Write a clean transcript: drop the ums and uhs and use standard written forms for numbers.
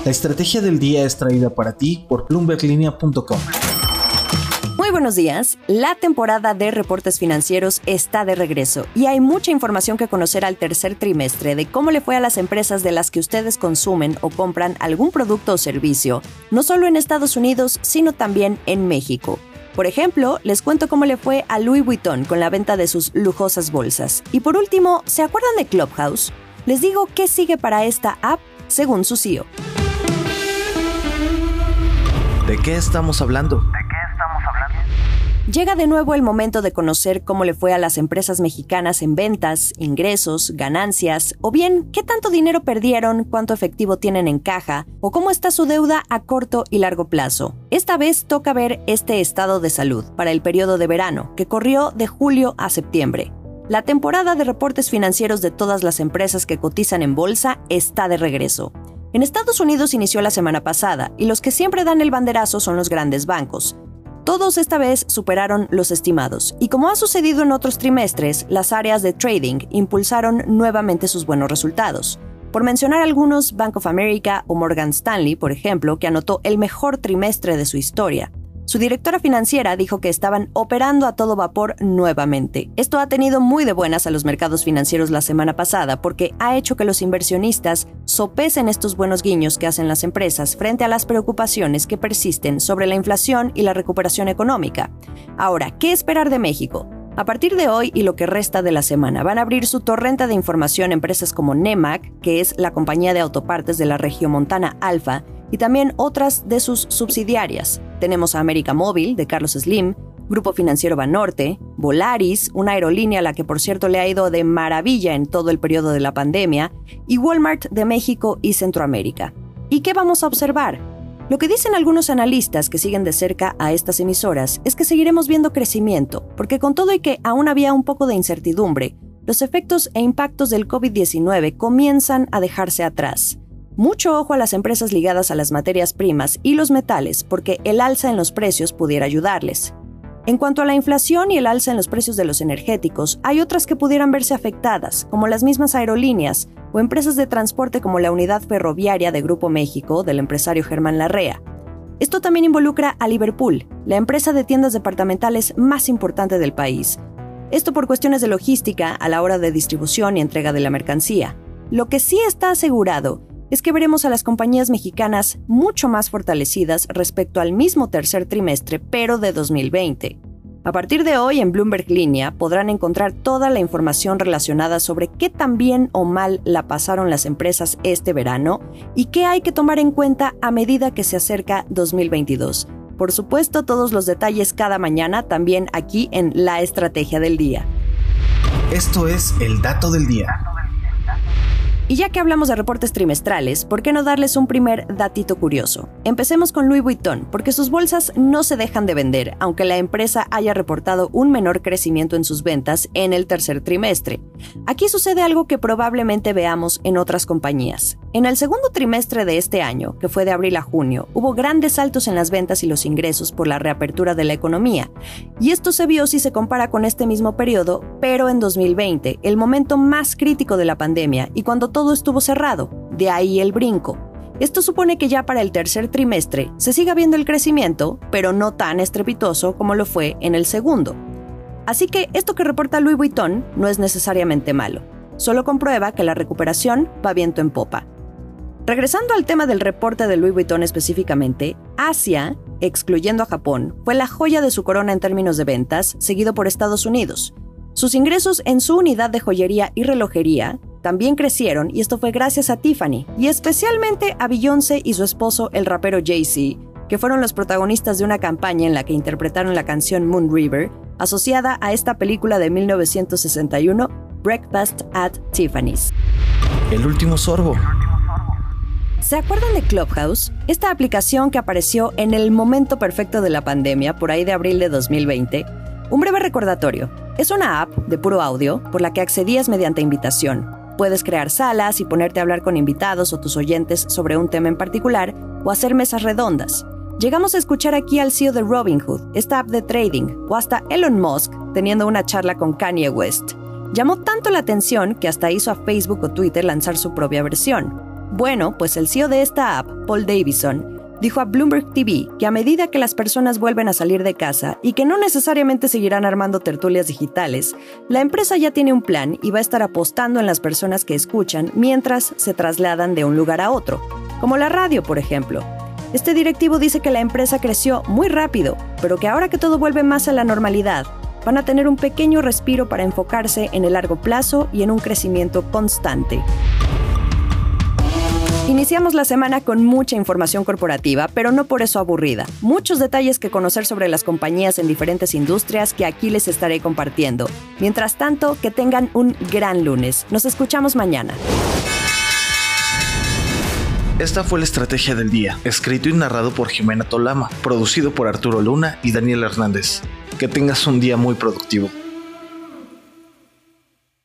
La estrategia del día es traída para ti por BloombergLinea.com. Muy buenos días. La temporada de reportes financieros está de regreso y hay mucha información que conocer al tercer trimestre de cómo le fue a las empresas de las que ustedes consumen o compran algún producto o servicio, no solo en Estados Unidos, sino también en México. Por ejemplo, les cuento cómo le fue a Louis Vuitton con la venta de sus lujosas bolsas. Y por último, ¿se acuerdan de Clubhouse? Les digo qué sigue para esta app según su CEO. ¿De qué estamos hablando? Llega de nuevo el momento de conocer cómo le fue a las empresas mexicanas en ventas, ingresos, ganancias, o bien qué tanto dinero perdieron, cuánto efectivo tienen en caja, o cómo está su deuda a corto y largo plazo. Esta vez toca ver este estado de salud para el periodo de verano, que corrió de julio a septiembre. La temporada de reportes financieros de todas las empresas que cotizan en bolsa está de regreso. En Estados Unidos inició la semana pasada, y los que siempre dan el banderazo son los grandes bancos. Todos esta vez superaron los estimados, y como ha sucedido en otros trimestres, las áreas de trading impulsaron nuevamente sus buenos resultados. Por mencionar algunos, Bank of America o Morgan Stanley, por ejemplo, que anotó el mejor trimestre de su historia. Su directora financiera dijo que estaban operando a todo vapor nuevamente. Esto ha tenido muy de buenas a los mercados financieros la semana pasada porque ha hecho que los inversionistas sopesen estos buenos guiños que hacen las empresas frente a las preocupaciones que persisten sobre la inflación y la recuperación económica. Ahora, ¿qué esperar de México? A partir de hoy y lo que resta de la semana van a abrir su torrenta de información empresas como Nemak, que es la compañía de autopartes de la regiomontana Alfa, y también otras de sus subsidiarias. Tenemos a América Móvil, de Carlos Slim, Grupo Financiero Banorte, Volaris, una aerolínea a la que por cierto le ha ido de maravilla en todo el periodo de la pandemia, y Walmart de México y Centroamérica. ¿Y qué vamos a observar? Lo que dicen algunos analistas que siguen de cerca a estas emisoras es que seguiremos viendo crecimiento, porque con todo y que aún había un poco de incertidumbre, los efectos e impactos del COVID-19 comienzan a dejarse atrás. Mucho ojo a las empresas ligadas a las materias primas y los metales, porque el alza en los precios pudiera ayudarles. En cuanto a la inflación y el alza en los precios de los energéticos, hay otras que pudieran verse afectadas, como las mismas aerolíneas o empresas de transporte como la Unidad Ferroviaria de Grupo México, del empresario Germán Larrea. Esto también involucra a Liverpool, la empresa de tiendas departamentales más importante del país. Esto por cuestiones de logística a la hora de distribución y entrega de la mercancía. Lo que sí está asegurado es que veremos a las compañías mexicanas mucho más fortalecidas respecto al mismo tercer trimestre, pero de 2020. A partir de hoy, en Bloomberg Línea podrán encontrar toda la información relacionada sobre qué tan bien o mal la pasaron las empresas este verano y qué hay que tomar en cuenta a medida que se acerca 2022. Por supuesto, todos los detalles cada mañana también aquí en La Estrategia del Día. Esto es el dato del día. Y ya que hablamos de reportes trimestrales, ¿por qué no darles un primer datito curioso? Empecemos con Louis Vuitton, porque sus bolsas no se dejan de vender, aunque la empresa haya reportado un menor crecimiento en sus ventas en el tercer trimestre. Aquí sucede algo que probablemente veamos en otras compañías. En el segundo trimestre de este año, que fue de abril a junio, hubo grandes saltos en las ventas y los ingresos por la reapertura de la economía. Y esto se vio si se compara con este mismo periodo, pero en 2020, el momento más crítico de la pandemia y cuando todo estuvo cerrado. De ahí el brinco. Esto supone que ya para el tercer trimestre se siga viendo el crecimiento, pero no tan estrepitoso como lo fue en el segundo. Así que esto que reporta Louis Vuitton no es necesariamente malo. Solo comprueba que la recuperación va viento en popa. Regresando al tema del reporte de Louis Vuitton específicamente, Asia, excluyendo a Japón, fue la joya de su corona en términos de ventas, seguido por Estados Unidos. Sus ingresos en su unidad de joyería y relojería también crecieron y esto fue gracias a Tiffany y especialmente a Beyoncé y su esposo el rapero Jay-Z, que fueron los protagonistas de una campaña en la que interpretaron la canción Moon River, asociada a esta película de 1961, Breakfast at Tiffany's. El último sorbo. ¿Se acuerdan de Clubhouse? Esta aplicación que apareció en el momento perfecto de la pandemia, por ahí de abril de 2020. Un breve recordatorio. Es una app de puro audio por la que accedías mediante invitación. Puedes crear salas y ponerte a hablar con invitados o tus oyentes sobre un tema en particular o hacer mesas redondas. Llegamos a escuchar aquí al CEO de Robinhood, esta app de trading, o hasta Elon Musk teniendo una charla con Kanye West. Llamó tanto la atención que hasta hizo a Facebook o Twitter lanzar su propia versión. Bueno, pues el CEO de esta app, Paul Davison, dijo a Bloomberg TV que a medida que las personas vuelven a salir de casa y que no necesariamente seguirán armando tertulias digitales, la empresa ya tiene un plan y va a estar apostando en las personas que escuchan mientras se trasladan de un lugar a otro, como la radio, por ejemplo. Este directivo dice que la empresa creció muy rápido, pero que ahora que todo vuelve más a la normalidad, van a tener un pequeño respiro para enfocarse en el largo plazo y en un crecimiento constante. Iniciamos la semana con mucha información corporativa, pero no por eso aburrida. Muchos detalles que conocer sobre las compañías en diferentes industrias que aquí les estaré compartiendo. Mientras tanto, que tengan un gran lunes. Nos escuchamos mañana. Esta fue la Estrategia del Día, escrito y narrado por Jimena Tolama, producido por Arturo Luna y Daniel Hernández. Que tengas un día muy productivo.